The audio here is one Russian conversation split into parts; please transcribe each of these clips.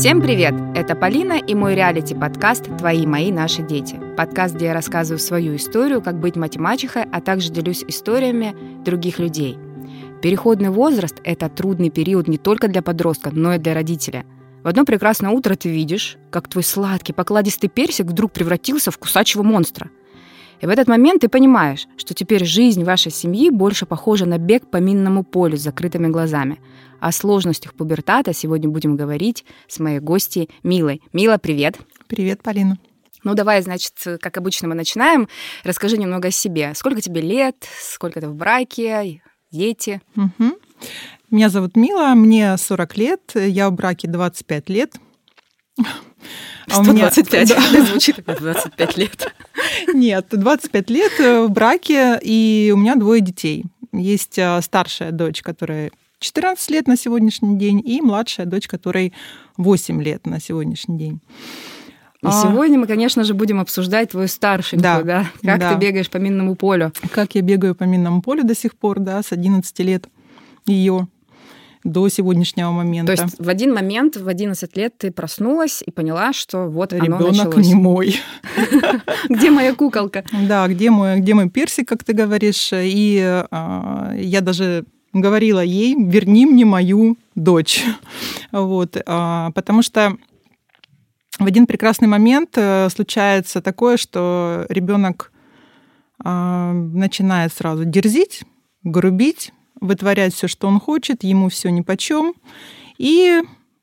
Всем привет! Это Полина и мой реалити-подкаст «Твои, мои, наши дети». Подкаст, где я рассказываю свою историю, как быть мать-мачехой, а также делюсь историями других людей. Переходный возраст – это трудный период не только для подростка, но и для родителя. В одно прекрасное утро ты видишь, как твой сладкий, покладистый персик вдруг превратился в кусачего монстра. И в этот момент ты понимаешь, что теперь жизнь вашей семьи больше похожа на бег по минному полю с закрытыми глазами. О сложностях пубертата сегодня будем говорить с моей гостьей Милой. Мила, привет! Привет, Полина. Ну, давай, значит, как обычно мы начинаем. Расскажи немного о себе. Сколько тебе лет? Сколько ты в браке? Дети? Угу. Меня зовут Мила, мне 40 лет, я в браке 25 лет. Что 25? Да. Звучит как 25 лет. Нет, 25 лет в браке, и у меня 2 детей. Есть старшая дочь, которая 14 лет на сегодняшний день, и младшая дочь, которой 8 лет на сегодняшний день. И сегодня мы, конечно же, будем обсуждать твою старшенькую, да? Как ты бегаешь по минному полю. Как я бегаю по минному полю до сих пор, да, с 11 лет ее до сегодняшнего момента. То есть в один момент, в 11 лет ты проснулась и поняла, что вот оно началось. Ребенок не мой. Где моя куколка? Да, где мой персик, как ты говоришь. И я даже говорила ей: верни мне мою дочь. Вот. Потому что в один прекрасный момент случается такое, что ребенок начинает сразу дерзить, грубить, вытворять все, что он хочет, ему все нипочем. И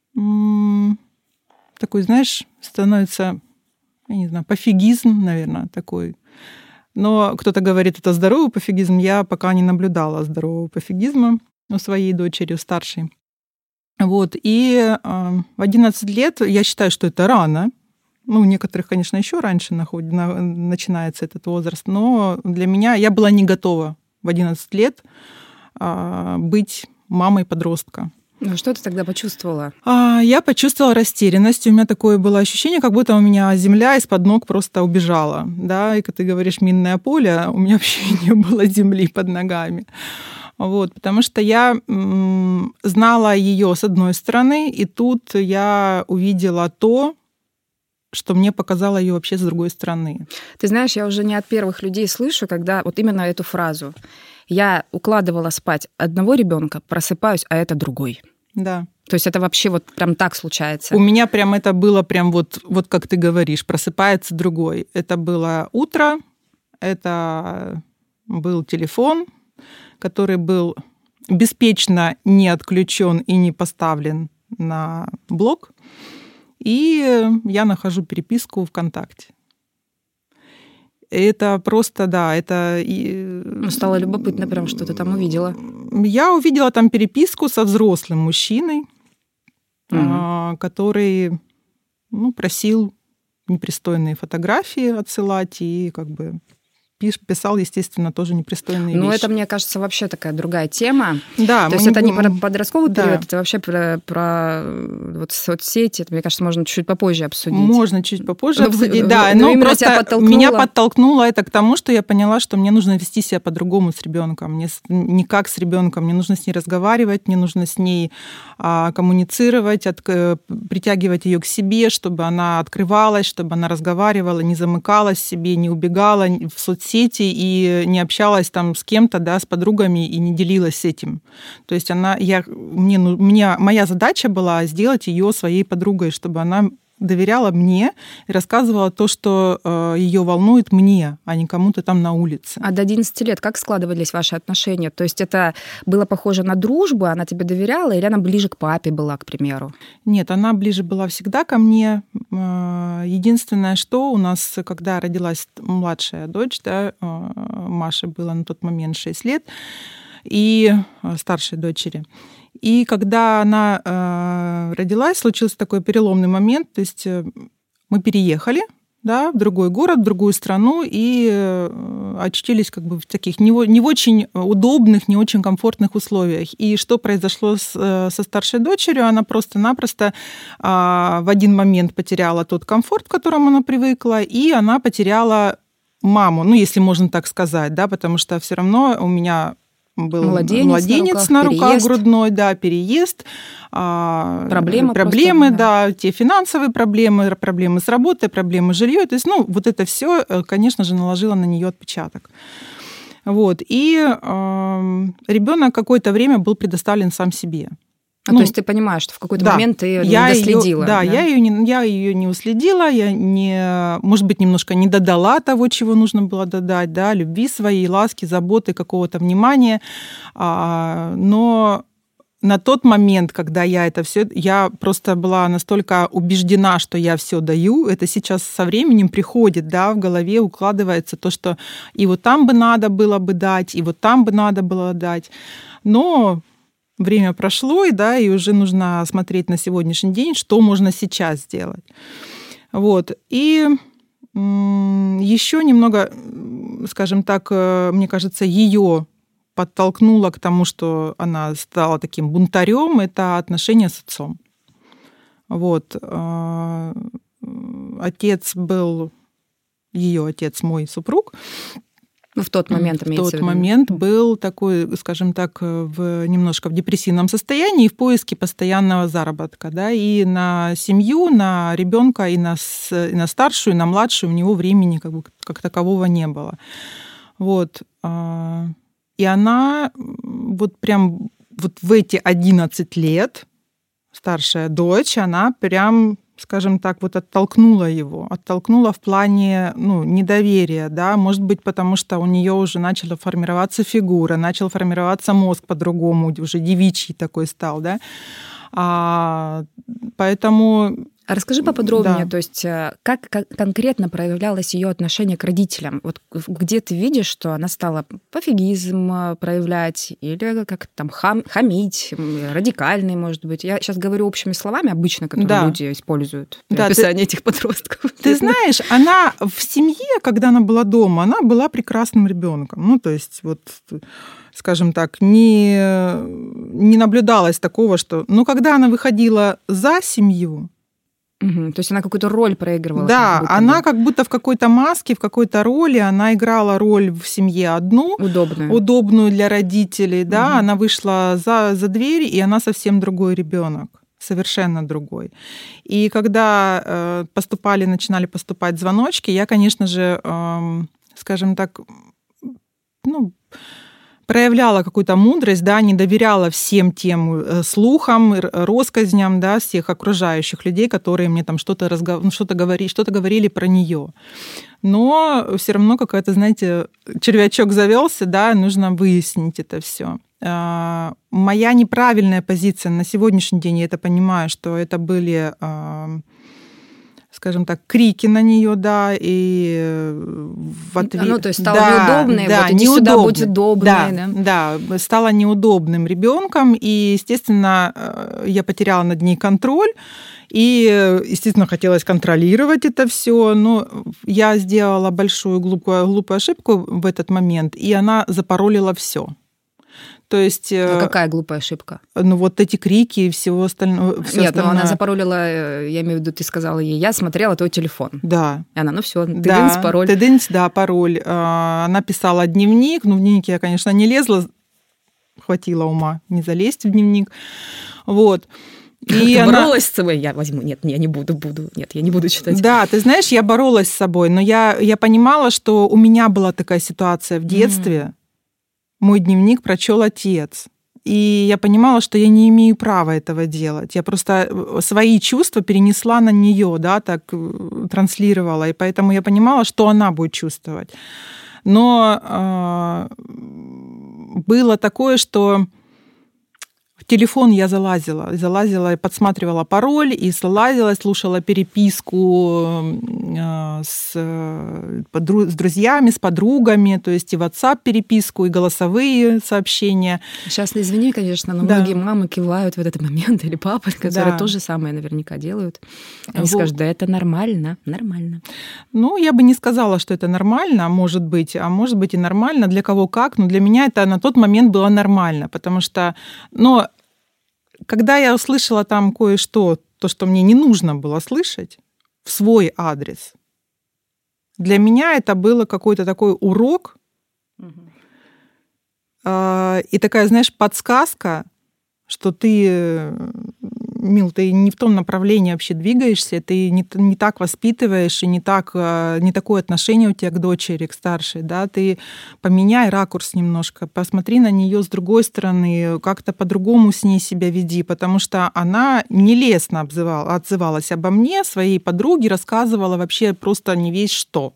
такой, знаешь, становится, я не знаю, пофигизм, наверное, такой. Но кто-то говорит, это здоровый пофигизм. Я пока не наблюдала здорового пофигизма у своей дочери, у старшей. Вот. И в 11 лет я считаю, что это рано. Ну, у некоторых, конечно, еще раньше начинается этот возраст. Но для меня я была не готова в 11 лет быть мамой подростка. Ну, что ты тогда почувствовала? Я почувствовала растерянность. У меня такое было ощущение, как будто у меня земля из-под ног просто убежала. Да? И когда ты говоришь минное поле, у меня вообще не было земли под ногами. Вот, потому что я знала ее с одной стороны, и тут я увидела то, что мне показало ее вообще с другой стороны. Ты знаешь, я уже не от первых людей слышу, когда вот именно эту фразу. Я укладывала спать одного ребенка, просыпаюсь, а это другой. Да. То есть это вообще вот прям так случается? У меня прям это было прям вот как ты говоришь, просыпается другой. Это было утро, это был телефон, который был беспечно не отключен и не поставлен на блок. И я нахожу переписку ВКонтакте. Это просто, да, это... Стало любопытно прям, что ты там увидела. Я увидела там переписку со взрослым мужчиной, который просил непристойные фотографии отсылать и как бы писал, естественно, тоже непристойные вещи. Ну, это, мне кажется, вообще такая другая тема. Да. То есть это не про подростковый период, да. это вообще про вот соцсети. Это, мне кажется, можно чуть попозже обсудить. Можно чуть попозже обсудить, да. Но просто меня подтолкнуло это к тому, что я поняла, что мне нужно вести себя по-другому с ребенком. Не как с ребенком. Мне нужно с ней разговаривать, мне нужно с ней коммуницировать, притягивать ее к себе, чтобы она открывалась, чтобы она разговаривала, не замыкалась в себе, не убегала в соцсети и не общалась там с кем-то, да, с подругами и не делилась этим. То есть моя задача была сделать ее своей подругой, чтобы она доверяла мне и рассказывала то, что ее волнует мне, а не кому-то там на улице. А до 11 лет как складывались ваши отношения? То есть это было похоже на дружбу, она тебе доверяла, или она ближе к папе была, к примеру? Нет, она ближе была всегда ко мне. Единственное, что у нас, когда родилась младшая дочь, да, Маше было на тот момент 6 лет, и старшей дочери. И когда она родилась, случился такой переломный момент, то есть мы переехали, да, в другой город, в другую страну и очутились как бы в таких не очень удобных, не очень комфортных условиях. И что произошло со старшей дочерью? Она просто-напросто в один момент потеряла тот комфорт, к которому она привыкла, и она потеряла маму, ну, если можно так сказать, да, потому что все равно у меня был младенец на руках грудной, да, переезд, проблемы, да, те финансовые проблемы, проблемы с работой, проблемы с жильем. То есть, вот это все, конечно же, наложило на нее отпечаток. Вот. И ребенок какое-то время был предоставлен сам себе. То есть ты понимаешь, что в какой-то момент ты ее не доследила? Я ее не уследила, может быть, немножко не додала того, чего нужно было додать, да, любви своей, ласки, заботы, какого-то внимания. Но на тот момент, когда я просто была настолько убеждена, что я все даю, это сейчас со временем приходит, да, в голове укладывается то, что и вот там бы надо было бы дать, и вот там бы надо было дать. Но время прошло, и уже нужно смотреть на сегодняшний день, что можно сейчас сделать. Вот. И еще немного, скажем так, мне кажется, ее подтолкнуло к тому, что она стала таким бунтарем, это отношения с отцом. Вот. Отец был, ее отец, мой супруг. В тот момент, в тот момент был такой, скажем так, немножко в депрессивном состоянии и в поиске постоянного заработка. Да, и на семью, на ребенка, и на старшую, и на младшую у него времени как такового не было. Вот. И она вот прям вот в эти 11 лет, старшая дочь, она прям, скажем так, вот оттолкнула в плане недоверия, да, может быть, потому что у нее уже начала формироваться фигура, начал формироваться мозг по-другому, уже девичий такой стал, да, поэтому... А расскажи поподробнее, то есть как конкретно проявлялось ее отношение к родителям? Вот где ты видишь, что она стала пофигизм проявлять или как там хамить, радикальный, может быть? Я сейчас говорю общими словами обычно, которые люди используют при описании этих подростков. Ты знаешь, она в семье, когда она была дома, она была прекрасным ребенком. То есть вот... скажем так, не наблюдалось такого, что... Но когда она выходила за семью... То есть она какую-то роль проигрывала? Да, она как будто в какой-то маске, в какой-то роли, она играла роль в семье одну, удобную для родителей, да, она вышла за дверь, и она совсем другой ребенок, совершенно другой. И когда начинали поступать звоночки, я, конечно же, скажем так, проявляла какую-то мудрость, да, не доверяла всем тем слухам, россказням, да, всех окружающих людей, которые мне там что-то говорили про нее. Но все равно какая-то, знаете, червячок завелся, да, нужно выяснить это все. Моя неправильная позиция на сегодняшний день, я это понимаю, что это были... скажем так, крики на нее, да, и в ответ... то есть стало неудобной, вот иди сюда, будь удобной. Да, стала неудобным ребенком, и, естественно, я потеряла над ней контроль, и, естественно, хотелось контролировать это все, но я сделала большую глупую ошибку в этот момент, и она запаролила все. То есть... какая глупая ошибка? Вот эти крики и всего остального. Нет, но она запаролила, я имею в виду, ты сказала ей, я смотрела твой телефон. Да. И она, все, тыдынц, пароль. Тыдынц, да, пароль. Она писала дневник, в дневник я, конечно, не лезла, хватило ума не залезть в дневник. Вот. И ты боролась с собой? Я возьму. Нет, я не буду. Нет, я не буду читать. Да, ты знаешь, я боролась с собой, но я понимала, что у меня была такая ситуация в детстве. Мой дневник прочел отец. И я понимала, что я не имею права этого делать. Я просто свои чувства перенесла на нее, да, так транслировала. И поэтому я понимала, что она будет чувствовать. Но было такое, что в телефон я залазила и подсматривала пароль, и слушала переписку с друзьями, с подругами, то есть и WhatsApp переписку, и голосовые сообщения. Сейчас, извини, конечно, но многие мамы кивают в этот момент, или папы, которые то же самое наверняка делают. Они скажут, да это нормально. Я бы не сказала, что это нормально, может быть и нормально, для кого как, но для меня это на тот момент было нормально, потому что, когда я услышала там кое-что, то, что мне не нужно было слышать, в свой адрес, для меня это было какой-то такой урок, И такая, знаешь, подсказка, что ты, Мил, ты не в том направлении вообще двигаешься, ты не так воспитываешь, и не такое отношение у тебя к дочери, к старшей, да, ты поменяй ракурс немножко, посмотри на нее с другой стороны, как-то по-другому с ней себя веди, потому что она нелестно отзывалась обо мне, своей подруге, рассказывала вообще просто не весть что.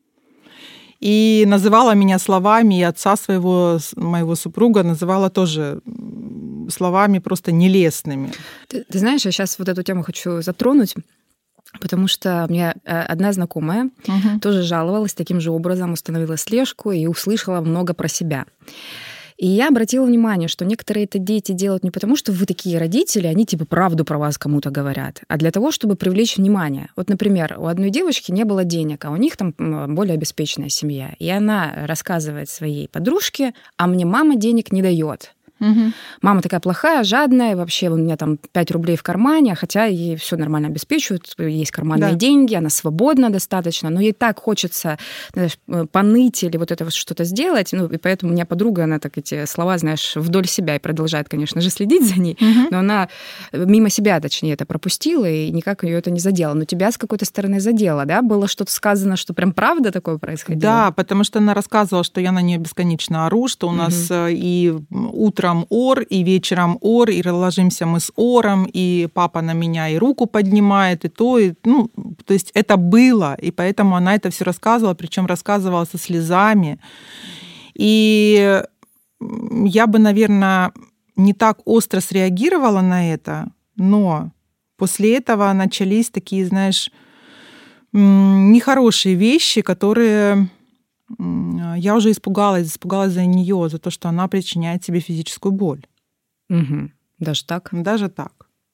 И называла меня словами, и отца моего супруга называла тоже словами просто нелестными. Ты знаешь, я сейчас вот эту тему хочу затронуть, потому что у меня одна знакомая тоже жаловалась таким же образом, установила слежку и услышала много про себя. И я обратила внимание, что некоторые это дети делают не потому, что вы такие родители, они типа правду про вас кому-то говорят, а для того, чтобы привлечь внимание. Вот, например, у одной девочки не было денег, а у них там более обеспеченная семья. И она рассказывает своей подружке, а мне мама денег не дает. Мама такая плохая, жадная, вообще у меня там 5 рублей в кармане, хотя ей все нормально обеспечивают, есть карманные деньги, она свободна достаточно, но ей так хочется, знаешь, поныть или вот это вот что-то сделать, ну, и поэтому у меня подруга, она так эти слова, знаешь, вдоль себя и продолжает, конечно же, следить за ней, но она мимо себя, точнее, это пропустила, и никак ее это не задело. Но тебя с какой-то стороны задело, да? Было что-то сказано, что прям правда такое происходило? Да, потому что она рассказывала, что я на нее бесконечно ору, что у нас и утром ор, и вечером ор, и ложимся мы с ором, и папа на меня и руку поднимает, и то, и, ну, то есть это было, и поэтому она это все рассказывала, причем рассказывала со слезами. И я бы, наверное, не так остро среагировала на это, но после этого начались такие, знаешь, нехорошие вещи, которые... Я уже испугалась за нее, за то, что она причиняет себе физическую боль. Даже так? Даже так.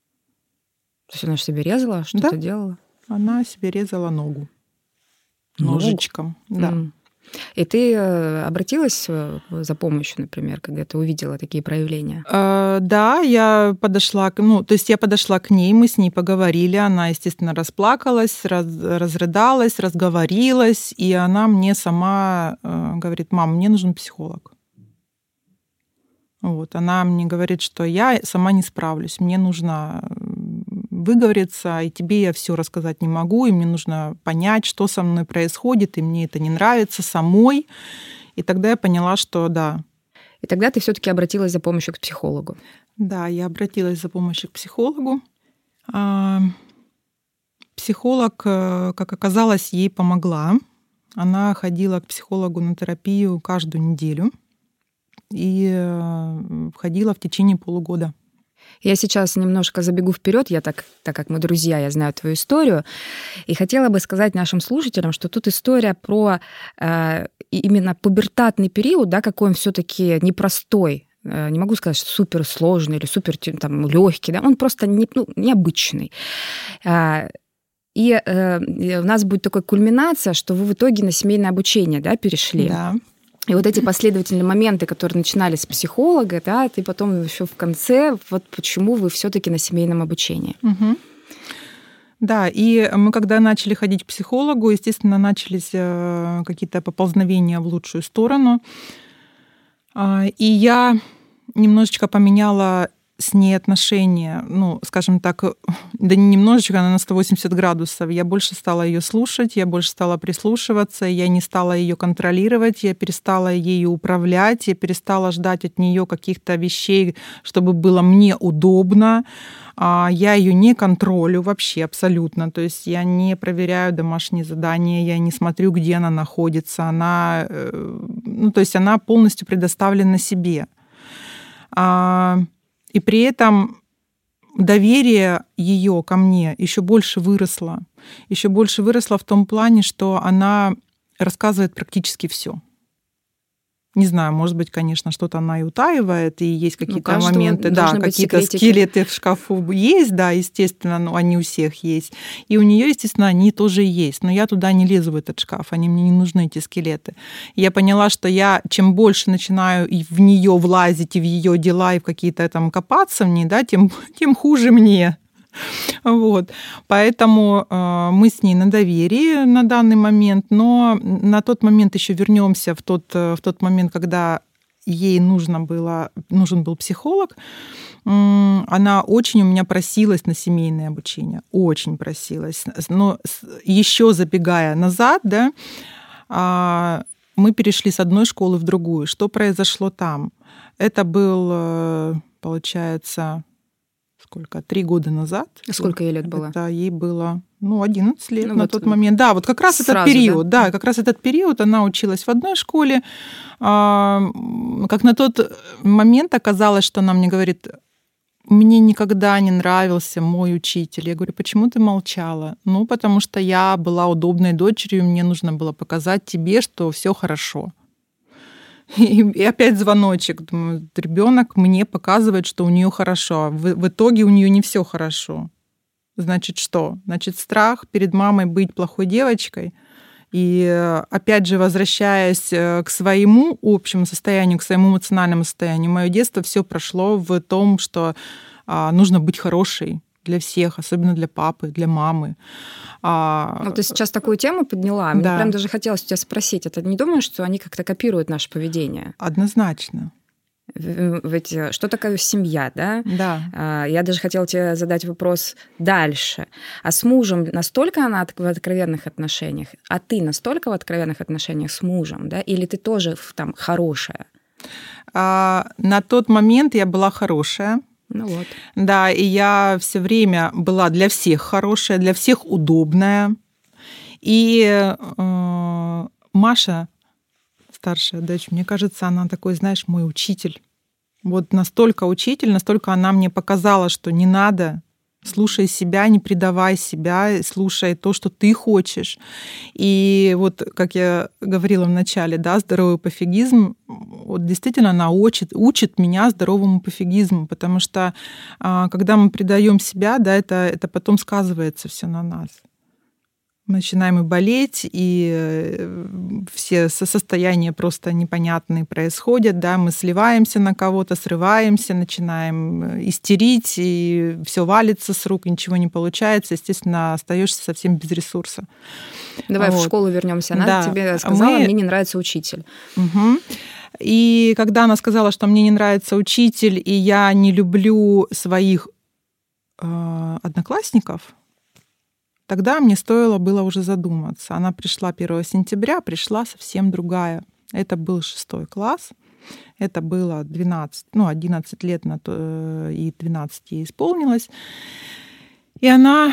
То есть она же себе резала, что-то делала? Она себе резала ногу. Ножичком. Да. И ты обратилась за помощью, например, когда ты увидела такие проявления? Да, я подошла к ней, мы с ней поговорили, она, естественно, расплакалась, разрыдалась, разговорилась, и она мне сама говорит: мам, мне нужен психолог. Вот, она мне говорит, что я сама не справлюсь, мне нужно выговориться, и тебе я все рассказать не могу, и мне нужно понять, что со мной происходит, и мне это не нравится самой. И тогда я поняла, что да. И тогда ты все-таки обратилась за помощью к психологу. Да, я обратилась за помощью к психологу. Психолог, как оказалось, ей помогла. Она ходила к психологу на терапию каждую неделю и ходила в течение полугода. Я сейчас немножко забегу вперед, так как мы друзья, я знаю твою историю, и хотела бы сказать нашим слушателям, что тут история про именно пубертатный период, да, какой он все-таки непростой. Не могу сказать, что супер сложный или супер там, легкий, да, он просто необычный. И у нас будет такая кульминация, что вы в итоге на семейное обучение, да, перешли. Да. И вот эти последовательные моменты, которые начинались с психолога, да, ты потом еще в конце, вот почему вы все-таки на семейном обучении. Да, и мы когда начали ходить к психологу, естественно, начались какие-то поползновения в лучшую сторону. И я немножечко поменяла с ней отношения, скажем так, да не немножечко, она на 180 градусов. Я больше стала ее слушать, я больше стала прислушиваться, я не стала ее контролировать, я перестала ею управлять, я перестала ждать от нее каких-то вещей, чтобы было мне удобно. Я ее не контролю вообще абсолютно, то есть я не проверяю домашние задания, я не смотрю, где она находится, она полностью предоставлена себе. И при этом доверие ее ко мне еще больше выросло. Еще больше выросло в том плане, что она рассказывает практически все. Не знаю, может быть, конечно, что-то она и утаивает, и есть какие-то моменты, да, какие-то скелеты в шкафу есть, да, естественно, но они у всех есть. И у нее, естественно, они тоже есть. Но я туда не лезу, в этот шкаф, они мне не нужны, эти скелеты. Я поняла, что я чем больше начинаю и в нее влазить, и в ее дела, и в какие-то там копаться в ней, да, тем хуже мне. Вот. Поэтому мы с ней на доверии на данный момент, но на тот момент еще вернемся в тот момент, когда ей нужен был психолог, она очень у меня просилась на семейное обучение, очень просилась. Но еще забегая назад, да, мы перешли с одной школы в другую. Что произошло там? Это был, получается, 3 года назад. Сколько ей лет было? Это ей было, 11 лет на тот момент. Да, вот как раз сразу, этот период. Да, как раз этот период она училась в одной школе. Как на тот момент оказалось, что она мне говорит: мне никогда не нравился мой учитель. Я говорю: почему ты молчала? Потому что я была удобной дочерью, мне нужно было показать тебе, что все хорошо. И опять звоночек. Думаю, ребенок мне показывает, что у нее хорошо. В итоге у нее не все хорошо. Значит, что? Значит, страх перед мамой быть плохой девочкой. И опять же, возвращаясь к своему общему состоянию, к своему эмоциональному состоянию, мое детство все прошло в том, что нужно быть хорошей для всех, особенно для папы, для мамы. Ты сейчас такую тему подняла. Мне прям даже хотелось у тебя спросить. Это не думаешь, что они как-то копируют наше поведение? Однозначно. Ведь что такое семья, да? Да. Я даже хотела тебе задать вопрос дальше. А с мужем настолько она в откровенных отношениях, а ты настолько в откровенных отношениях с мужем, да? Или ты тоже там хорошая? На тот момент я была хорошая. Вот. Да, и я все время была для всех хорошая, для всех удобная. И Маша, старшая дочь, мне кажется, она такой, знаешь, мой учитель. Вот настолько учитель, настолько она мне показала, что не надо, слушай себя, не предавай себя, слушай то, что ты хочешь. И вот, как я говорила в начале, да, здоровый пофигизм, вот действительно она учит меня здоровому пофигизму, потому что когда мы предаем себя, да, это потом сказывается все на нас. Мы начинаем и болеть, и все состояния просто непонятные происходят, да, мы сливаемся на кого-то, срываемся, начинаем истерить, и все валится с рук, ничего не получается, естественно, остаешься совсем без ресурса. Давай в школу вернемся. Она тебе сказала, мне не нравится учитель. Угу. И когда она сказала, что мне не нравится учитель, и я не люблю своих одноклассников, тогда мне было уже задуматься. Она пришла 1 сентября, пришла совсем другая. Это был 6 класс, это было 11 лет и 12 ей исполнилось. И она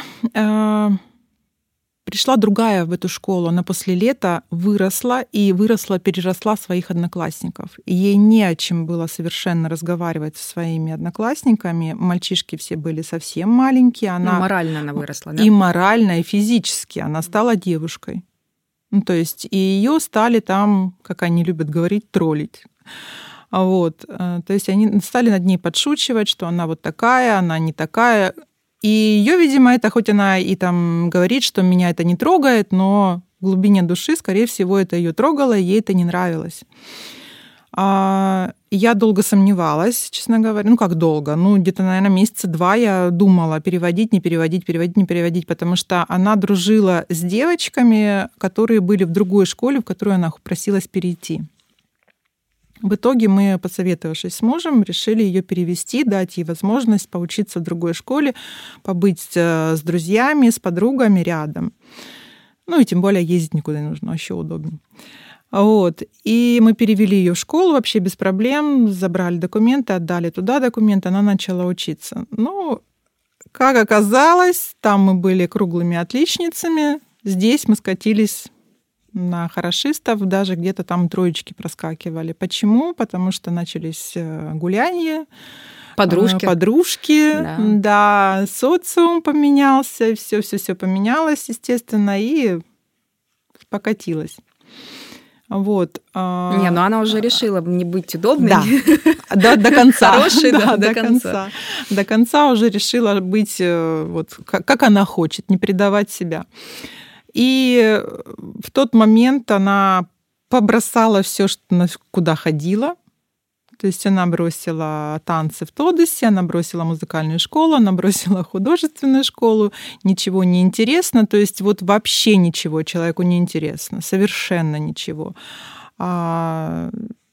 пришла другая в эту школу. Она после лета выросла, переросла своих одноклассников. И ей не о чем было совершенно разговаривать со своими одноклассниками. Мальчишки все были совсем маленькие. Морально она выросла, да? И морально, и физически. Она стала девушкой. То есть и ее стали там, как они любят говорить, троллить. Вот. То есть они стали над ней подшучивать, что она вот такая, она не такая. И ее, видимо, это, хоть она и там говорит, что меня это не трогает, но в глубине души, скорее всего, это ее трогало, и ей это не нравилось. Я долго сомневалась, честно говоря. Как долго? Где-то, наверное, 2 месяца я думала, переводить, не переводить, потому что она дружила с девочками, которые были в другой школе, в которую она просилась перейти. В итоге мы, посоветовавшись с мужем, решили ее перевести, дать ей возможность поучиться в другой школе, побыть с друзьями, с подругами рядом. И тем более ездить никуда не нужно, еще удобнее. Вот. И мы перевели ее в школу вообще без проблем, забрали документы, отдали туда документы, она начала учиться. Как оказалось, там мы были круглыми отличницами, здесь мы скатились на хорошистов, даже где-то там 3 проскакивали. Почему? Потому что начались гуляния, подружки, да, социум поменялся, все поменялось, естественно, и покатилось. Вот. Она уже решила не быть удобной. Да, до конца. Хорошей, до конца. До конца уже решила быть как она хочет, не предавать себя. И в тот момент она побросала все, куда ходила. То есть она бросила танцы в Тодосе, она бросила музыкальную школу, она бросила художественную школу. Ничего не интересно. То есть вообще ничего человеку не интересно. Совершенно ничего.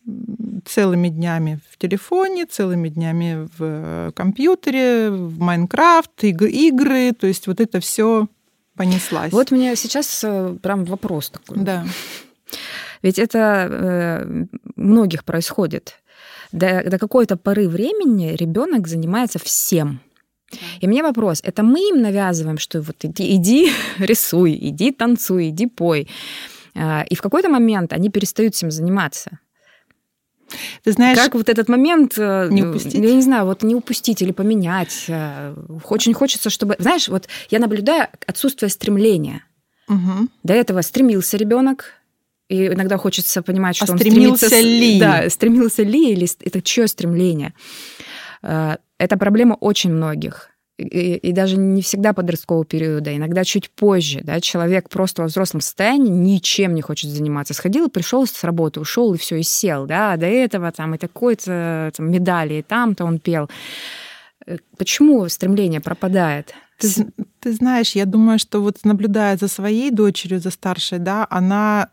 целыми днями в телефоне, целыми днями в компьютере, в Майнкрафт, игры, то есть вот это все понеслась. Вот у меня сейчас прям вопрос такой. Да. Ведь это у многих происходит. До какой-то поры времени ребенок занимается всем. И мне вопрос, это мы им навязываем, что вот иди рисуй, иди танцуй, иди пой. И в какой-то момент они перестают этим заниматься. Ты знаешь, как вот этот момент, не упустить? Я не знаю, вот не упустить или поменять. Очень хочется, чтобы... Знаешь, вот я наблюдаю отсутствие стремления. Угу. До этого стремился ребенок, и иногда хочется понимать, что он стремился ли? Да, стремился ли, или это чье стремление. Это проблема очень многих. И даже не всегда подросткового периода, иногда чуть позже, да, человек просто во взрослом состоянии ничем не хочет заниматься. Сходил, пришел с работы, ушел и все, и сел, да, а до этого там и такой-то там, медали, и там-то он пел. Почему стремление пропадает? Ты знаешь, я думаю, что вот наблюдая за своей дочерью, за старшей, да, она,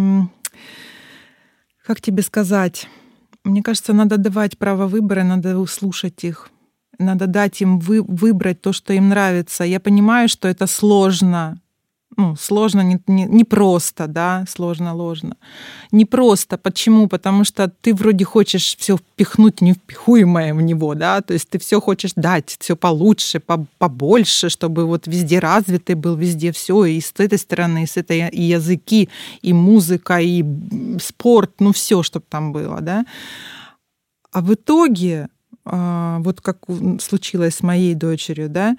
как тебе сказать, мне кажется, надо давать право выбора, надо услышать их. Надо дать им выбрать то, что им нравится. Я понимаю, что это сложно. Сложно, не просто, да, сложно. Не просто. Почему? Потому что ты вроде хочешь все впихнуть невпихуемое в него, да, то есть ты все хочешь дать, все получше, побольше, чтобы вот везде развитый был, везде все, и с этой стороны, и с этой, и языки, и музыка, и спорт, все, чтобы там было, да. А в итоге, вот как случилось с моей дочерью, да,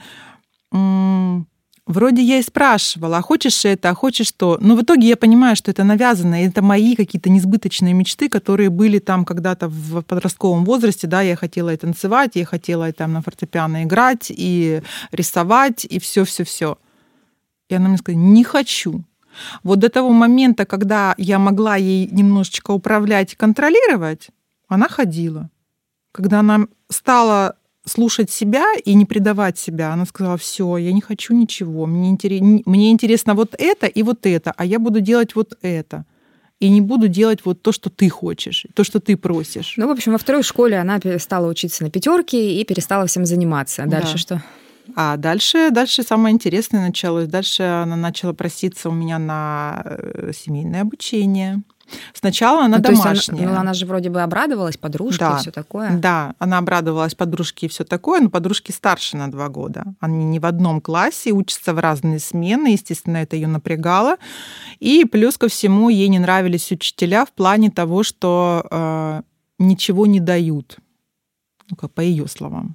вроде я и спрашивала, а хочешь это, а хочешь то. Но в итоге я понимаю, что это навязано, и это мои какие-то несбыточные мечты, которые были там когда-то в подростковом возрасте, да, я хотела и танцевать, я хотела и там на фортепиано играть, и рисовать, и все. И она мне сказала, не хочу. Вот до того момента, когда я могла ей немножечко управлять и контролировать, она ходила. Когда она стала слушать себя и не предавать себя, она сказала, все, я не хочу ничего, мне интересно вот это, а я буду делать вот это. И не буду делать вот то, что ты хочешь, то, что ты просишь. В общем, во второй школе она перестала учиться на 5 и перестала всем заниматься. А дальше что? А дальше самое интересное началось. Дальше она начала проситься у меня на семейное обучение. Сначала она домашняя. Она же вроде бы обрадовалась подружке и все такое. Да, она обрадовалась подружке и все такое, но подружки старше на 2 года. Они не в одном классе, учатся в разные смены, естественно, это ее напрягало. И плюс ко всему ей не нравились учителя в плане того, что ничего не дают. Как по ее словам.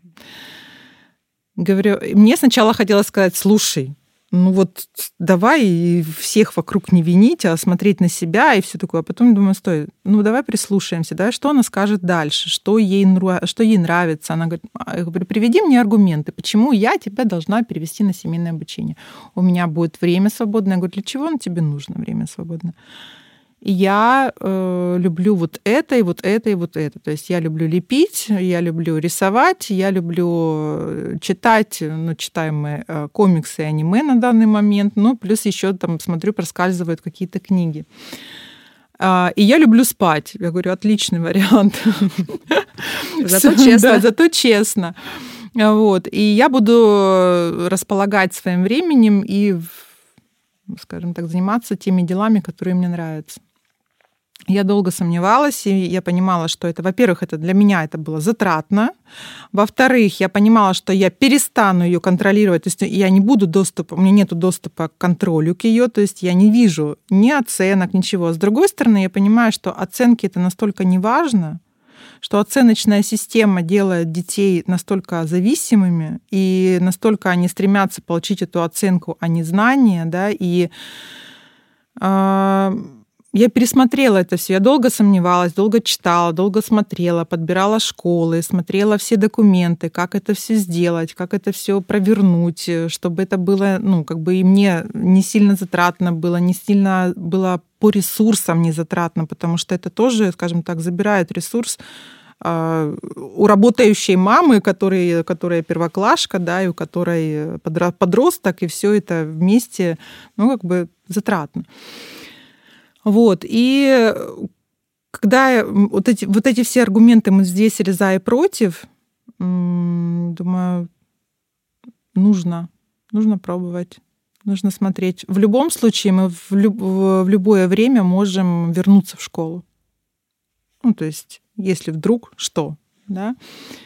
Говорю, мне сначала хотелось сказать, слушай, давай всех вокруг не винить, а смотреть на себя и все такое. А потом думаю, стой, давай прислушаемся, да, что она скажет дальше, что ей нравится. Она говорит, приведи мне аргументы, почему я тебя должна перевести на семейное обучение. У меня будет время свободное. Я говорю, для чего оно тебе нужно, время свободное? И я люблю вот это, и вот это, и вот это. То есть я люблю лепить, я люблю рисовать, я люблю читать, читаем мы комиксы и аниме на данный момент, плюс еще там, смотрю, проскальзывают какие-то книги. И я люблю спать. Я говорю, отличный вариант. Зато честно. Да, зато честно. Вот. И я буду располагать своим временем и, скажем так, заниматься теми делами, которые мне нравятся. Я долго сомневалась, и я понимала, что это, во-первых, это для меня это было затратно. Во-вторых, я понимала, что я перестану ее контролировать, то есть я не буду у меня нет доступа к контролю к ее, то есть я не вижу ни оценок, ничего. С другой стороны, я понимаю, что оценки это настолько неважно, что оценочная система делает детей настолько зависимыми, и настолько они стремятся получить эту оценку, а не знания, да, и я пересмотрела это все. Я долго сомневалась, долго читала, долго смотрела, подбирала школы, смотрела все документы, как это все сделать, как это все провернуть, чтобы это было, и мне не сильно затратно было, не сильно было по ресурсам не затратно, потому что это тоже, скажем так, забирает ресурс у работающей мамы, которая первоклашка, да, и у которой подросток, и все это вместе, затратно. Вот, и когда вот эти все аргументы мы взвесили за и против, думаю, нужно пробовать, нужно смотреть. В любом случае мы в любое время можем вернуться в школу. Ну, то есть, если вдруг что, да.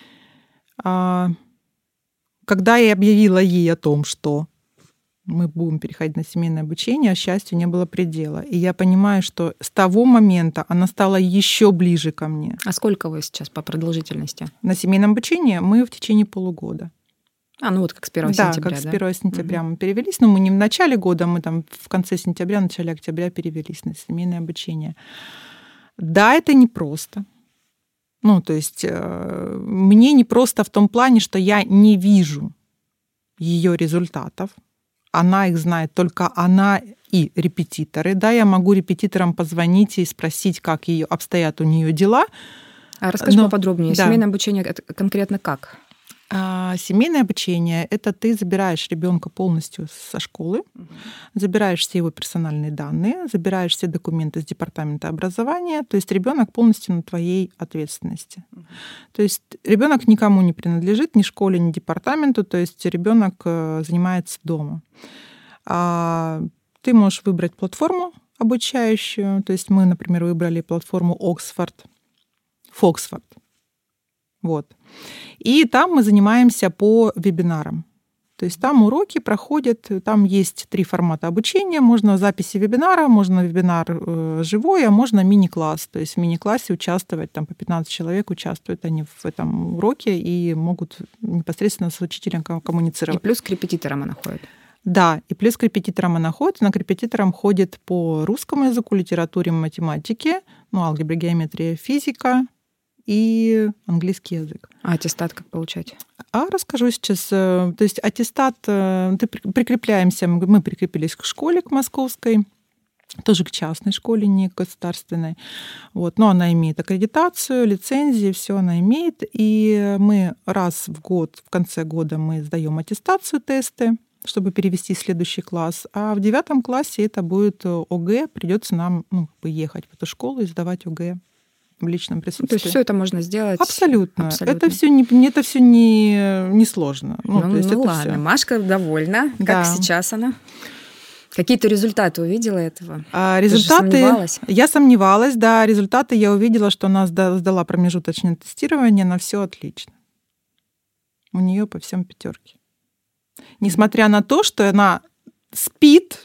Когда я объявила ей о том, что мы будем переходить на семейное обучение, счастью не было предела. И я понимаю, что с того момента она стала еще ближе ко мне. А сколько вы сейчас по продолжительности? На семейном обучении мы в течение полугода. Ну вот как с 1 сентября, да? Как с 1 сентября мы перевелись. Но мы не в начале года, мы там в конце сентября, начале октября перевелись на семейное обучение. Да, это непросто. Ну, то есть мне непросто в том плане, что я не вижу ее результатов. Она их знает, только она и репетиторы. Да, я могу репетиторам позвонить и спросить, как обстоят у нее дела. А расскажи поподробнее. Да. Семейное обучение это конкретно как? Семейное обучение — это ты забираешь ребенка полностью со школы, забираешь все его персональные данные, забираешь все документы с департамента образования, то есть ребенок полностью на твоей ответственности. То есть ребенок никому не принадлежит, ни школе, ни департаменту, то есть ребенок занимается дома. Ты можешь выбрать платформу обучающую, то есть мы, например, выбрали платформу Foxford. Вот. И там мы занимаемся по вебинарам. То есть там уроки проходят, там есть 3 формата обучения. Можно записи вебинара, можно вебинар живой, а можно мини-класс. То есть в мини-классе участвовать, там по 15 человек участвуют они в этом уроке и могут непосредственно с учителем коммуницировать. И плюс к репетиторам она ходит. Да, и плюс к репетиторам она ходит. Она к репетиторам ходит по русскому языку, литературе, математике, алгебра, геометрия, физика и английский язык. А аттестат как получать? Расскажу сейчас. То есть аттестат, мы прикрепились к школе, к московской, тоже к частной школе, не к государственной. Вот. Но она имеет аккредитацию, лицензии, все она имеет. И мы раз в год, в конце года мы сдаем аттестацию, тесты, чтобы перевести в следующий класс. А в 9 классе это будет ОГЭ. Придется нам ехать в эту школу и сдавать ОГЭ в личном присутствии. То есть все это можно сделать? Абсолютно. Это все не сложно. Ладно, всё. Машка довольна. Да. Как сейчас она? Какие-то результаты увидела этого? Результаты... Ты же сомневалась? Я сомневалась, да. Результаты я увидела, что она сдала промежуточное тестирование, на все отлично. У нее по всем 5. Несмотря на то, что она спит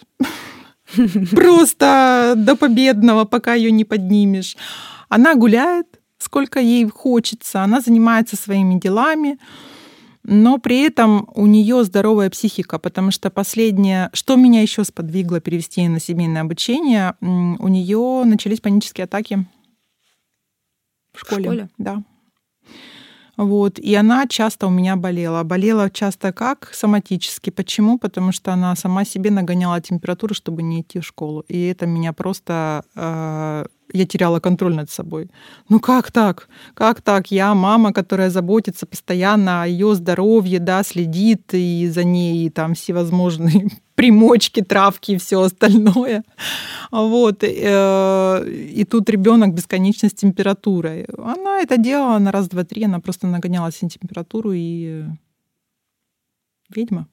просто до победного, пока ее не поднимешь. Она гуляет, сколько ей хочется, она занимается своими делами, но при этом у нее здоровая психика, потому что последнее, что меня еще сподвигло перевести ее на семейное обучение, у нее начались панические атаки в школе. Да. Вот. И она часто у меня болела. Болела часто как? Соматически. Почему? Потому что она сама себе нагоняла температуру, чтобы не идти в школу. И это меня просто... Я теряла контроль над собой. Как так? Как так? Я мама, которая заботится постоянно о ее здоровье, да, следит и за ней, и там всевозможные примочки, травки и все остальное. Вот. И тут ребенок бесконечно с температурой. Она это делала на раз, два, три, она просто нагоняла себе температуру и ведьма.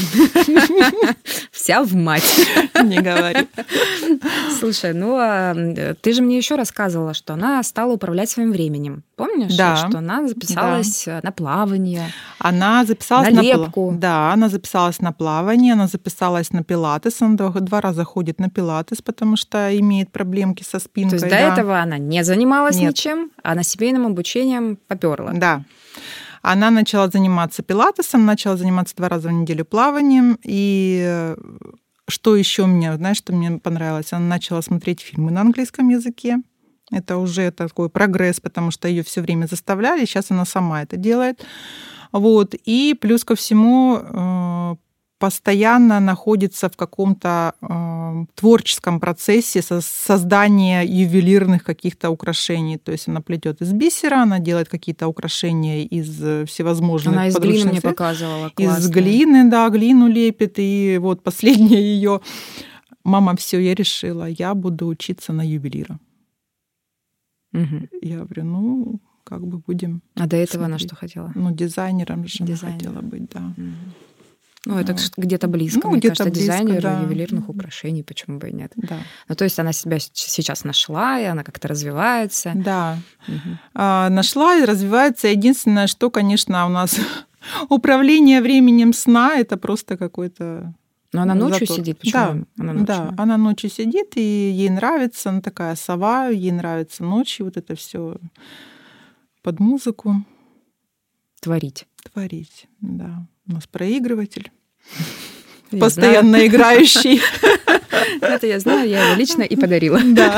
Вся в мать. Не говори. Слушай, ты же мне еще рассказывала, что она стала управлять своим временем. Помнишь? Да. Что она записалась на плавание. Она записалась на лепку. Да, она записалась на плавание, она записалась на пилатес. Она 2 раза ходит на пилатес, потому что имеет проблемки со спинкой. То есть до этого она не занималась ничем, а на семейном обучением попёрла. Да. Она начала заниматься пилатесом, начала заниматься 2 раза в неделю плаванием. И что еще что мне понравилось? Она начала смотреть фильмы на английском языке. Это уже такой прогресс, потому что ее все время заставляли. Сейчас она сама это делает. Вот. И плюс ко всему постоянно находится в каком-то творческом процессе создания ювелирных каких-то украшений. То есть она плетет из бисера, она делает какие-то украшения из всевозможных подручных. Она из глины мне показывала. Классно. Из глины, да, глину лепит. И вот последнее ее: мама, все, я решила, я буду учиться на ювелира. Я говорю, как бы будем. А до этого смотреть. она что хотела? Дизайнером же она хотела быть, да. Это где-то близко, мне кажется, дизайнер ювелирных украшений, почему бы и нет. Да. То есть она себя сейчас нашла, и она как-то развивается. Да. Нашла и развивается. Единственное, что, конечно, у нас управление временем сна — это просто какой-то... Но она ночью сидит? Почему? Да, она ночью сидит, и ей нравится, она такая сова, ей нравится ночью вот это все под музыку. Творить, да. У нас проигрыватель, постоянно играющий. Это я знаю, я его лично и подарила. Да.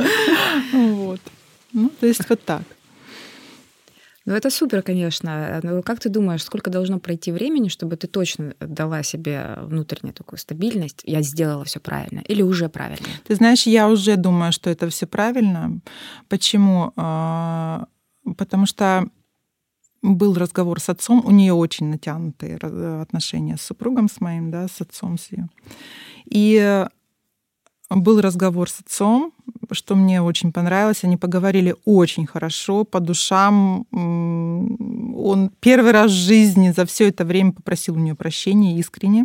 Вот. То есть вот так. Это супер, конечно. Но как ты думаешь, сколько должно пройти времени, чтобы ты точно дала себе внутреннюю такую стабильность? Я сделала все правильно или уже правильно? Ты знаешь, я уже думаю, что это все правильно. Почему? Потому что был разговор с отцом, у нее очень натянутые отношения с супругом, с моим, да, с отцом, с ее. И был разговор с отцом, что мне очень понравилось. Они поговорили очень хорошо, по душам. Он первый раз в жизни за все это время попросил у нее прощения искренне.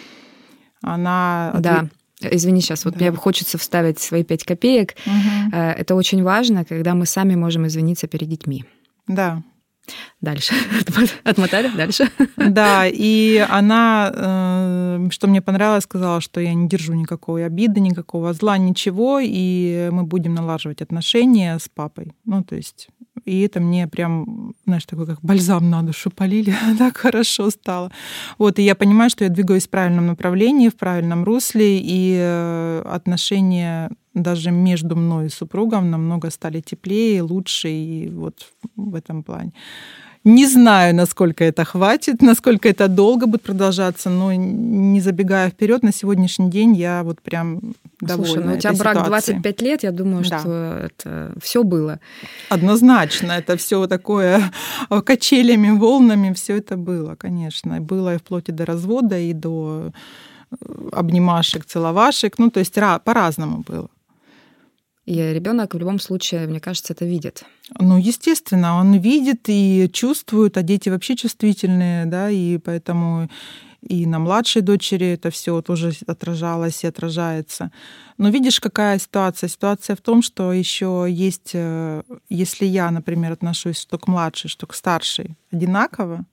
Она... Да. Извини, сейчас мне хочется вставить свои 5 копеек. Это очень важно, когда мы сами можем извиниться перед детьми. Да. Дальше. Отмотали? Дальше. Да, и она, что мне понравилось, сказала, что я не держу никакой обиды, никакого зла, ничего, и мы будем налаживать отношения с папой. То есть... И это мне прям, знаешь, такой как бальзам на душу полили. Так хорошо стало. И я понимаю, что я двигаюсь в правильном направлении, в правильном русле, и отношения даже между мной и супругом намного стали теплее, лучше, и вот в этом плане. Не знаю, насколько это хватит, насколько это долго будет продолжаться, но не забегая вперед, на сегодняшний день я вот прям довольна. Слушай, у тебя брак 25 лет, я думаю, что это все было. Однозначно, это все такое качелями, волнами, все это было, конечно. Было и вплоть и до развода, и до обнимашек, целовашек, то есть по-разному было. И ребенок в любом случае, мне кажется, это видит. Естественно, он видит и чувствует, а дети вообще чувствительные, да, и поэтому и на младшей дочери это все тоже отражалось и отражается. Но видишь, какая ситуация? Ситуация в том, что еще есть, если я, например, отношусь что к младшей, что к старшей одинаково,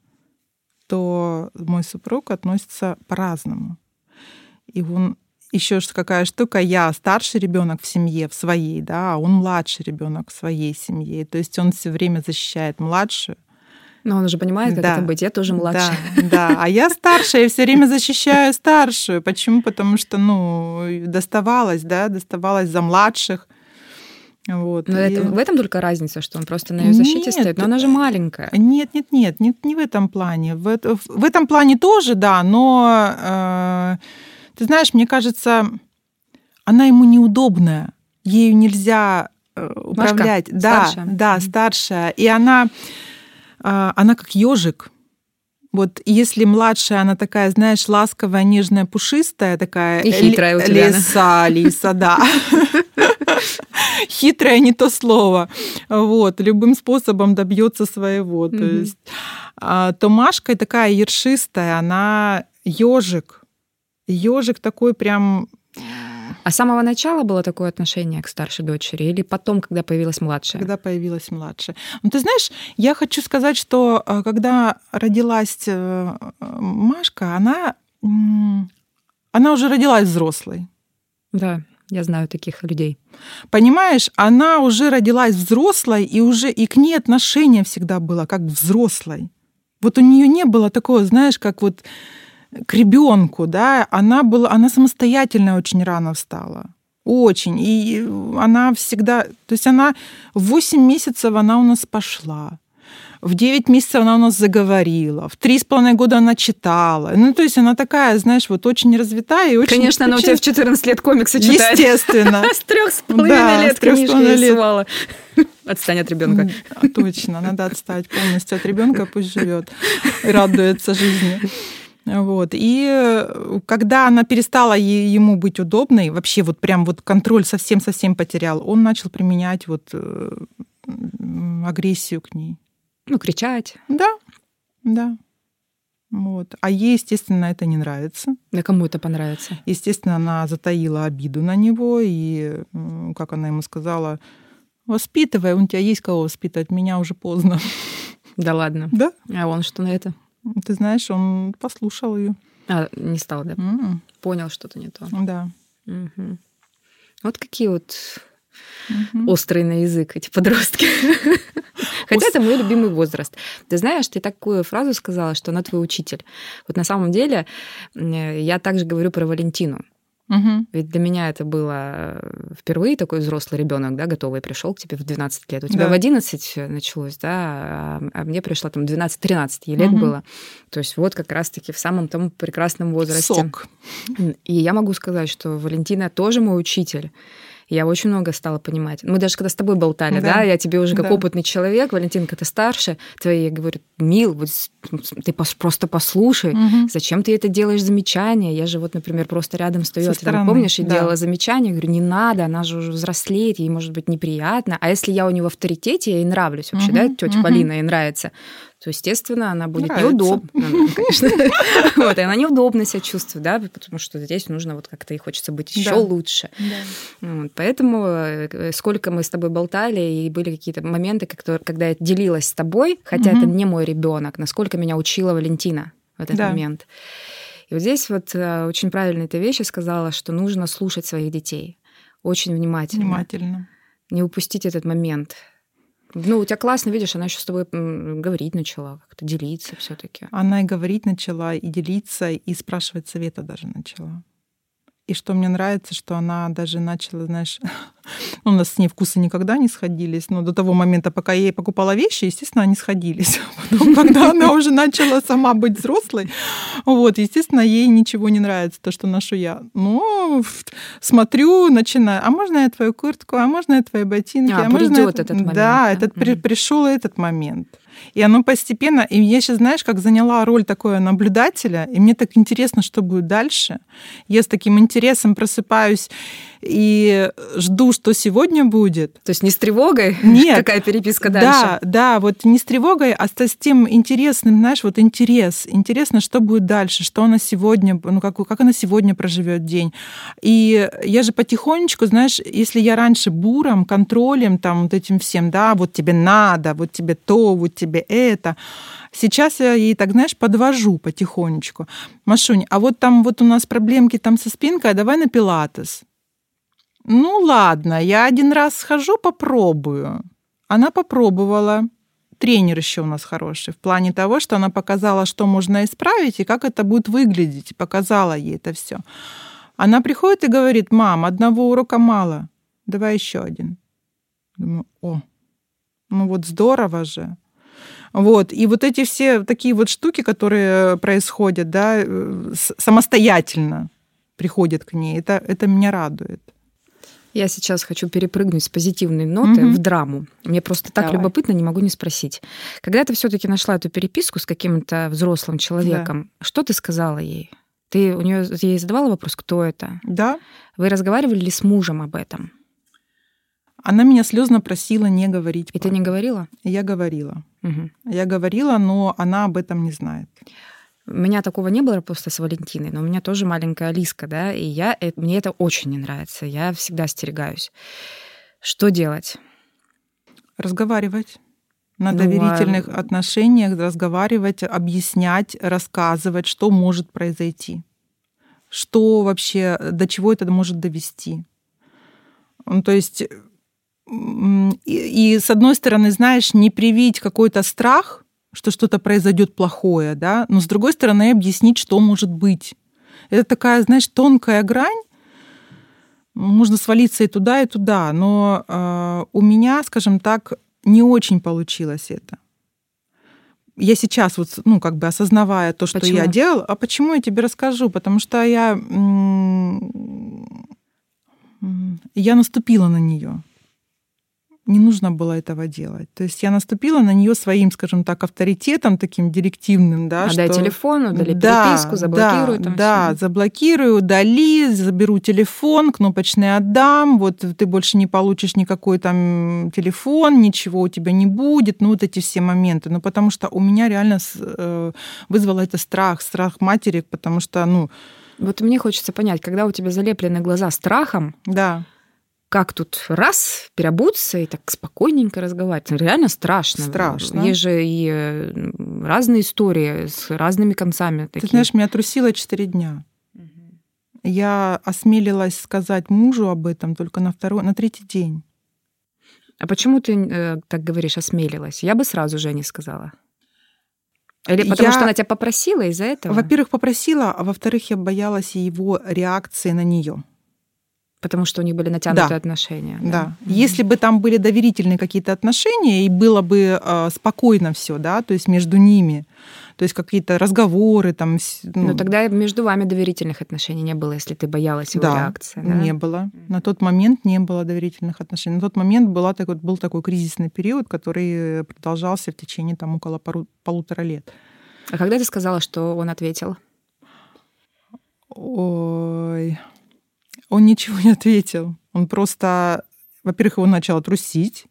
то мой супруг относится по-разному. И он еще какая штука, я старший ребенок в семье, в своей, да, а он младший ребенок в своей семье. То есть он все время защищает младшую. Но он уже понимает, как это быть. Я тоже младшая. Да, а я старшая, и все время защищаю старшую. Почему? Потому что, доставалось за младших. Но в этом только разница, что он просто на ее защите стоит. Но она же маленькая. Нет, не в этом плане. В этом плане тоже, да, но... Ты знаешь, мне кажется, она ему неудобная, ею нельзя управлять. Машка, старшая. Старшая. И она как ежик. Вот если младшая, она такая, знаешь, ласковая, нежная, пушистая, такая... И хитрая у тебя. Лиса, да. Хитрая не то слово. Любым способом добьется своего. То есть, то Машка такая ершистая, она ежик. Ежик такой прям... А с самого начала было такое отношение к старшей дочери или потом, когда появилась младшая? Когда появилась младшая. Ты знаешь, я хочу сказать, что когда родилась Машка, она уже родилась взрослой. Да, я знаю таких людей. Понимаешь, она уже родилась взрослой, и к ней отношение всегда было как к взрослой. У нее не было такого, знаешь, как к ребенку, да, она самостоятельно очень рано встала. Очень. И она всегда... То есть она в 8 месяцев она у нас пошла. В 9 месяцев она у нас заговорила. В 3,5 года она читала. То есть она такая, знаешь, очень развитая и очень... Конечно, она у тебя в 14 лет комиксы читает. Естественно. С 3,5 лет книжки рисовала. Отстань от ребенка. Точно, надо отстать полностью от ребенка, пусть живет и радуется жизни. Вот. И когда она перестала ему быть удобной, вообще вот прям вот контроль совсем-совсем потерял, он начал применять вот агрессию к ней. Ну, кричать. Да. Вот. А ей, естественно, это не нравится. Да кому это понравится? Естественно, она затаила обиду на него, и, как она ему сказала, воспитывай, у тебя есть кого воспитывать, меня уже поздно. Да ладно? Да. А он что на это? Ты знаешь, он послушал ее. Не стал, да? Понял что-то не то. Да. Угу. Вот какие вот острые на язык эти подростки. Хотя это мой любимый возраст. Ты знаешь, ты такую фразу сказала, что она твой учитель. Вот на самом деле я также говорю про Валентину. Ведь для меня это было впервые такой взрослый ребенок, да, готовый, пришел к тебе в 12 лет. У тебя в 11 началось, да, а мне пришло там 12-13 лет было. То есть вот как раз-таки в самом том прекрасном возрасте. Сок. И я могу сказать, что Валентина тоже мой учитель. Я очень много стала понимать. Мы даже когда с тобой болтали, да, я тебе уже как опытный человек, Валентинка, ты старше, твои, я говорю, Мил, вот ты просто послушай, зачем ты это делаешь замечания? Я же вот, например, просто рядом стою, ты там, помнишь, и делала замечания, я говорю, не надо, она же уже взрослеет, ей может быть неприятно. А если я у нее в авторитете, я ей нравлюсь вообще, да, тетя Полина ей нравится, то, естественно, она будет неудобна, конечно. Вот, и она неудобно себя чувствует, да, потому что здесь нужно вот как-то ей хочется быть еще лучше. Вот, поэтому сколько мы с тобой болтали, и были какие-то моменты, когда я делилась с тобой, хотя это не мой ребенок, насколько меня учила Валентина в этот момент. И вот здесь вот очень правильно ты вещи сказала, что нужно слушать своих детей очень внимательно. Не упустить этот момент. Ну, у тебя классно, видишь, она еще с тобой говорить начала, как-то делиться все-таки. Она и говорить начала, и делиться, и спрашивать совета даже начала. И что мне нравится, что она даже начала, знаешь, у нас с ней вкусы никогда не сходились, но до того момента, пока я ей покупала вещи, естественно, они сходились. Потом, когда она уже начала сама быть взрослой, вот, естественно, ей ничего не нравится, то, что ношу я. Ну, смотрю, начинаю, а можно я твою куртку, а можно я твои ботинки? Придёт этот момент. Да, пришел этот момент. И оно постепенно... И я сейчас, знаешь, как заняла роль такого наблюдателя, и мне так интересно, что будет дальше. Я с таким интересом просыпаюсь и жду, что сегодня будет. То есть не с тревогой? Нет. Какая переписка дальше? Да, вот не с тревогой, а с тем интересным, знаешь, вот интерес. Интересно, что будет дальше, что она сегодня, ну, как она сегодня проживет день. И я же потихонечку, знаешь, если я раньше буром, контролем, там, вот этим всем, да, вот тебе надо, вот тебе то, вот тебе это. Сейчас я ей так, знаешь, подвожу потихонечку. Машунь, а вот там вот у нас проблемки там со спинкой, а давай на пилатес. Ну ладно, я один раз схожу, попробую. Она попробовала. Тренер еще у нас хороший в плане того, что она показала, что можно исправить и как это будет выглядеть. Показала ей это все. Она приходит и говорит: мам, одного урока мало, давай еще один. Думаю, ну вот здорово же. Вот. И вот эти все такие вот штуки, которые происходят, да, самостоятельно приходят к ней, это меня радует. Я сейчас хочу перепрыгнуть с позитивной ноты в драму. Мне просто так любопытно, не могу не спросить. Когда ты все-таки нашла эту переписку с каким-то взрослым человеком, что ты сказала ей? Ты ей задавала вопрос, кто это? Да. Вы разговаривали ли с мужем об этом? Она меня слезно просила не говорить. И ты не говорила? Я говорила. Я говорила, но она об этом не знает. У меня такого не было просто с Валентиной, но у меня тоже маленькая Алиска, да, и мне это очень не нравится. Я всегда остерегаюсь. Что делать? Разговаривать. На доверительных отношениях разговаривать, объяснять, рассказывать, что может произойти. Что вообще, до чего это может довести. Ну, то есть... И с одной стороны, знаешь, не привить какой-то страх, что что-то произойдет плохое, да, но с другой стороны объяснить, что может быть. Это такая, знаешь, тонкая грань. Можно свалиться и туда, но у меня, скажем так, не очень получилось это. Я сейчас вот, ну, как бы осознавая то, что я делала, а почему я тебе расскажу? Потому что я наступила на нее. не нужно было этого делать. То есть я наступила на нее своим, скажем так, авторитетом таким директивным. Да, Отдай телефон, удали переписку, заблокируй. Да, заблокирую, удали, заберу телефон, кнопочный отдам, вот ты больше не получишь никакой там телефон, ничего у тебя не будет, вот эти все моменты. Потому что у меня реально вызвало это страх матери, потому что, Вот мне хочется понять, когда у тебя залеплены глаза страхом, да. Как тут раз переобуться и так спокойненько разговаривать? Реально страшно. Страшно. Есть же и разные истории с разными концами. Ты знаешь, меня трусило 4 дня. Я осмелилась сказать мужу об этом только на 3-й день. А почему ты так говоришь, осмелилась? Я бы сразу Жене сказала. Или потому что она тебя попросила из-за этого? Во-первых, попросила, а во-вторых, я боялась его реакции на нее. Потому что у них были натянутые отношения. Да. Если бы там были доверительные какие-то отношения, и было бы спокойно все, да, то есть между ними, то есть какие-то разговоры там. Но тогда между вами доверительных отношений не было, если ты боялась его реакции. Да, не было. На тот момент не было доверительных отношений. На тот момент был такой кризисный период, который продолжался в течение там около 1,5 лет. А когда ты сказала, что он ответил? Ой... Он ничего не ответил. Он просто, во-первых, его начал трусить.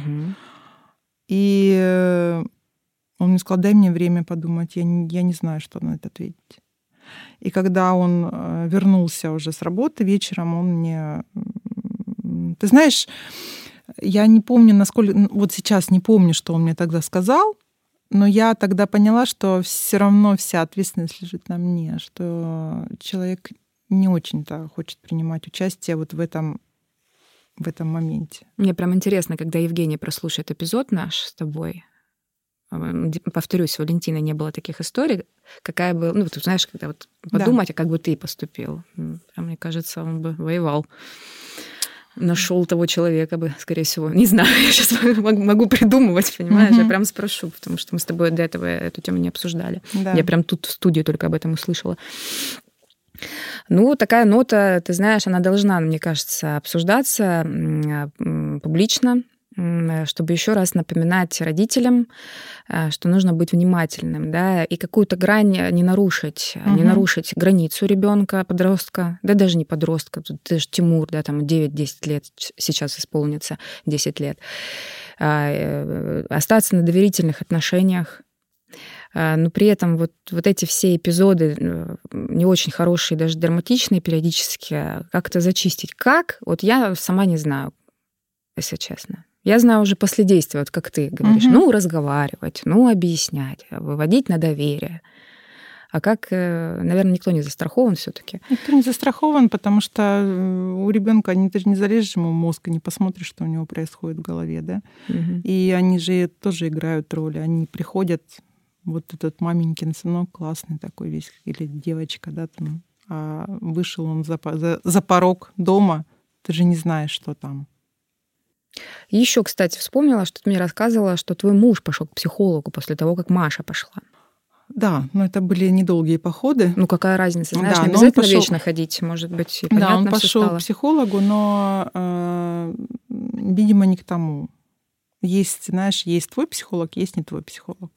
И он мне сказал, дай мне время подумать. Я не знаю, что на это ответить. И когда он вернулся уже с работы вечером, он мне... Ты знаешь, я не помню, насколько... Вот сейчас не помню, что он мне тогда сказал, но я тогда поняла, что все равно вся ответственность лежит на мне, что человек не очень-то хочет принимать участие вот в этом моменте. Мне прям интересно, когда Евгений прослушает эпизод наш с тобой. Повторюсь, у Валентины не было таких историй. Какая бы... ты знаешь, когда вот подумать, а как бы ты поступил. Мне кажется, он бы воевал. Нашел того человека бы, скорее всего. Не знаю, я сейчас могу придумывать, понимаешь? Я прям спрошу, потому что мы с тобой до этого эту тему не обсуждали. Да. Я прям тут в студии только об этом услышала. Такая нота, ты знаешь, она должна, мне кажется, обсуждаться публично, чтобы еще раз напоминать родителям, что нужно быть внимательным, да, и какую-то грань не нарушить, не нарушить границу ребенка, подростка, да даже не подростка, тут даже Тимур, да, там 9-10 лет сейчас исполнится, 10 лет, остаться на доверительных отношениях. Но при этом вот эти все эпизоды не очень хорошие, даже драматичные периодически, как-то зачистить. Как? Вот я сама не знаю, если честно. Я знаю уже после действия, вот как ты говоришь, разговаривать, объяснять, выводить на доверие. А как, наверное, никто не застрахован все-таки. Никто не застрахован, потому что у ребенка ты же не залезешь ему в мозг и не посмотришь, что у него происходит в голове, да. И они же тоже играют роль. Они приходят... Вот этот маменькин сынок классный такой весь, или девочка, да, там, а вышел он за порог дома, ты же не знаешь, что там. Еще, кстати, вспомнила, что ты мне рассказывала, что твой муж пошел к психологу после того, как Маша пошла. Да, но это были недолгие походы. Какая разница, знаешь, не обязательно вечно ходить, может быть, и понятно. Да, он пошел к психологу, но, видимо, не к тому. Есть, знаешь, есть твой психолог, есть не твой психолог.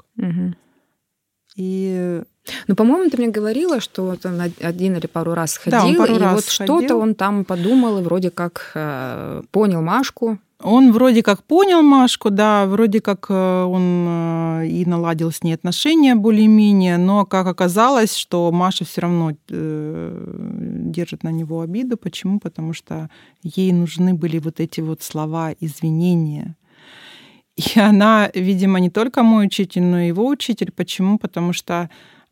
И... по-моему, ты мне говорила, что он 1 или пару раз ходил, да, он пару и раз вот ходил. Что-то он там подумал и вроде как понял Машку. Он вроде как понял Машку, да, вроде как он и наладил с ней отношения более-менее, но как оказалось, что Маша все равно держит на него обиду. Почему? Потому что ей нужны были вот эти вот слова извинения. И она, видимо, не только мой учитель, но и его учитель. Почему? Потому что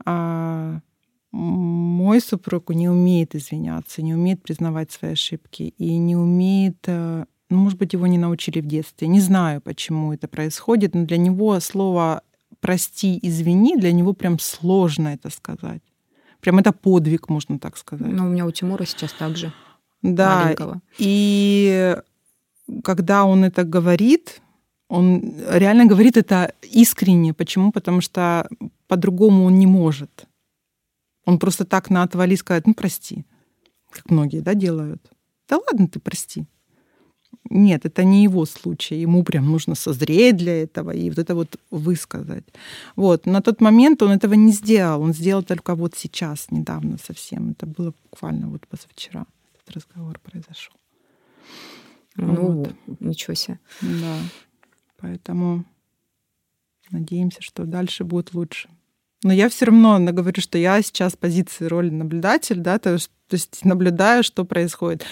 мой супруг не умеет извиняться, не умеет признавать свои ошибки и не умеет... может быть, его не научили в детстве. Не знаю, почему это происходит, но для него слово «прости, извини», для него прям сложно это сказать. Прям это подвиг, можно так сказать. У меня у Тимура сейчас так же. Да, маленького. И когда он это говорит... Он реально говорит это искренне. Почему? Потому что по-другому он не может. Он просто так на отвали сказать, прости. Как многие, да, делают. Да ладно ты, прости. нет, это не его случай. Ему прям нужно созреть для этого и вот это вот высказать. Вот. На тот момент он этого не сделал. Он сделал только вот сейчас, недавно совсем. Это было буквально вот позавчера. Этот разговор произошел. Ну, вот. Ничего себе. Да. Поэтому надеемся, что дальше будет лучше. Но я все равно говорю, что я сейчас в позиции роли наблюдатель, да, то есть наблюдаю, что происходит.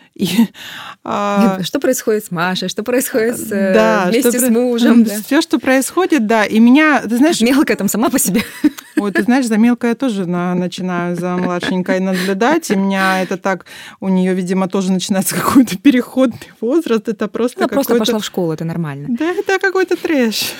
Что происходит с Машей, что происходит вместе с мужем. Да. Все, что происходит, да. И меня, ты знаешь... Мелкая там сама по себе. Вот, ты знаешь, за мелкой я тоже начинаю за младшенькой наблюдать, и меня это так... У нее, видимо, тоже начинается какой-то переходный возраст. Это просто Она просто пошла в школу, это нормально. Да, это какой-то трэш.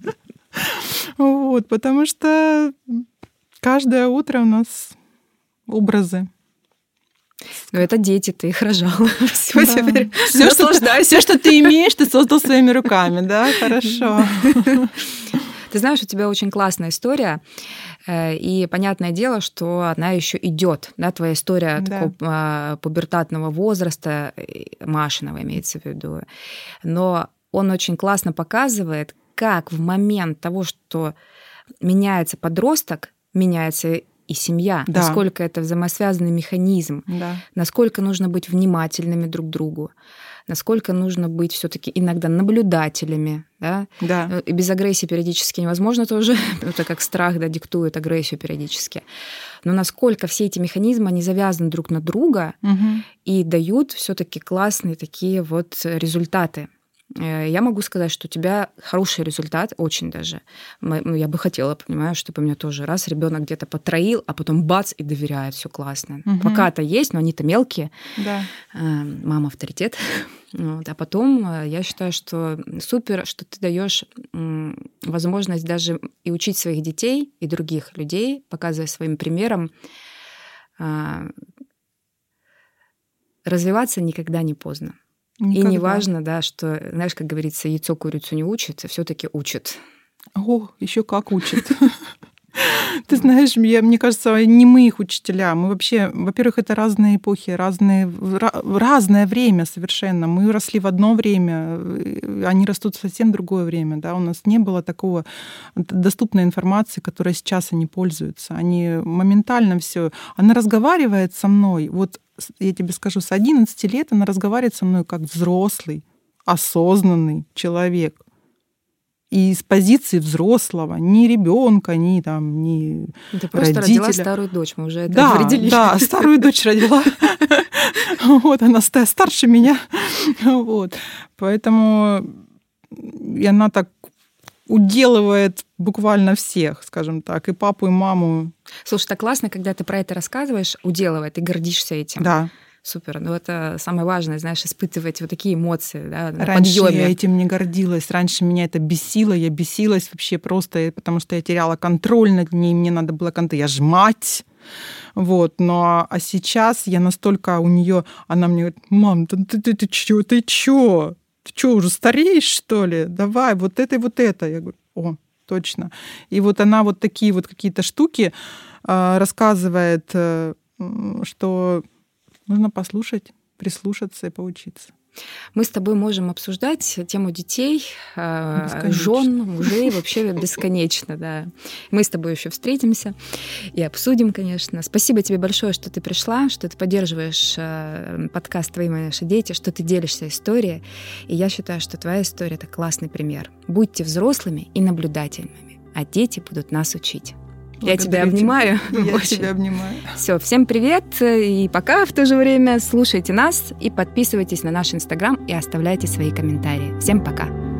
Вот, потому что каждое утро у нас образы. Но это дети, ты их рожала. Все, что ты имеешь, ты создал своими руками, да? Хорошо. Ты знаешь, у тебя очень классная история, и понятное дело, что она еще идет, да, твоя история такого пубертатного возраста, Машиного имеется в виду. Но он очень классно показывает, как в момент того, что меняется подросток, меняется и семья, да. Насколько это взаимосвязанный механизм, да. Насколько нужно быть внимательными друг к другу, насколько нужно быть все-таки иногда наблюдателями, да? Да. И без агрессии периодически невозможно тоже, это как страх, да, диктует агрессию периодически. Но насколько все эти механизмы, они завязаны друг на друга и дают все-таки классные такие вот результаты. Я могу сказать, что у тебя хороший результат, очень даже. Я бы хотела, понимаешь, чтобы у меня тоже раз ребенок где-то потроил, а потом бац, и доверяет, все классно. Пока-то есть, но они-то мелкие. Да. Мама авторитет. Вот. А потом я считаю, что супер, что ты даешь возможность даже и учить своих детей и других людей, показывая своим примером, развиваться никогда не поздно. Никогда. И не важно, да, что, знаешь, как говорится, яйцо курицу не учит, а все-таки учит. О, еще как учит. Ты знаешь, мне кажется, не мы их учителя. Мы вообще, во-первых, это разные эпохи, разное время совершенно. Мы росли в одно время, они растут в совсем другое время. Да? У нас не было такого доступной информации, которой сейчас они пользуются. Они моментально все. Она разговаривает со мной. Вот я тебе скажу, с 11 лет она разговаривает со мной как взрослый, осознанный человек. И с позиции взрослого, ни ребенка, ни там, ни Ты просто родителя. Родила старую дочь, мы уже это определили. Да, старую дочь родила. Вот, она старше меня. Вот. Поэтому и она так уделывает буквально всех, скажем так, и папу, и маму. Слушай, так классно, когда ты про это рассказываешь, уделывает, и гордишься этим. Да. Супер. Ну, это самое важное, знаешь, испытывать вот такие эмоции, да, на Раньше подъёме. я этим не гордилась. Раньше меня это бесило. Я бесилась вообще просто, потому что я теряла контроль над ней. Мне надо было контроль. Я ж мать. Вот. А сейчас я настолько у нее, она мне говорит: мам, ты чё? Ты чё, уже стареешь, что ли? Давай, вот это и вот это. Я говорю: о, точно. И вот она вот такие вот какие-то штуки рассказывает, что нужно послушать, прислушаться и поучиться. Мы с тобой можем обсуждать тему детей, жен, мужей вообще бесконечно, да. Мы с тобой еще встретимся и обсудим, конечно. Спасибо тебе большое, что ты пришла, что ты поддерживаешь подкаст «Твои мои наши дети», что ты делишься историей. И я считаю, что твоя история — это классный пример. Будьте взрослыми и наблюдательными, а дети будут нас учить. Я тебя обнимаю. Я тебя обнимаю. Все, всем привет и пока в то же время. Слушайте нас и подписывайтесь на наш Инстаграм и оставляйте свои комментарии. Всем пока.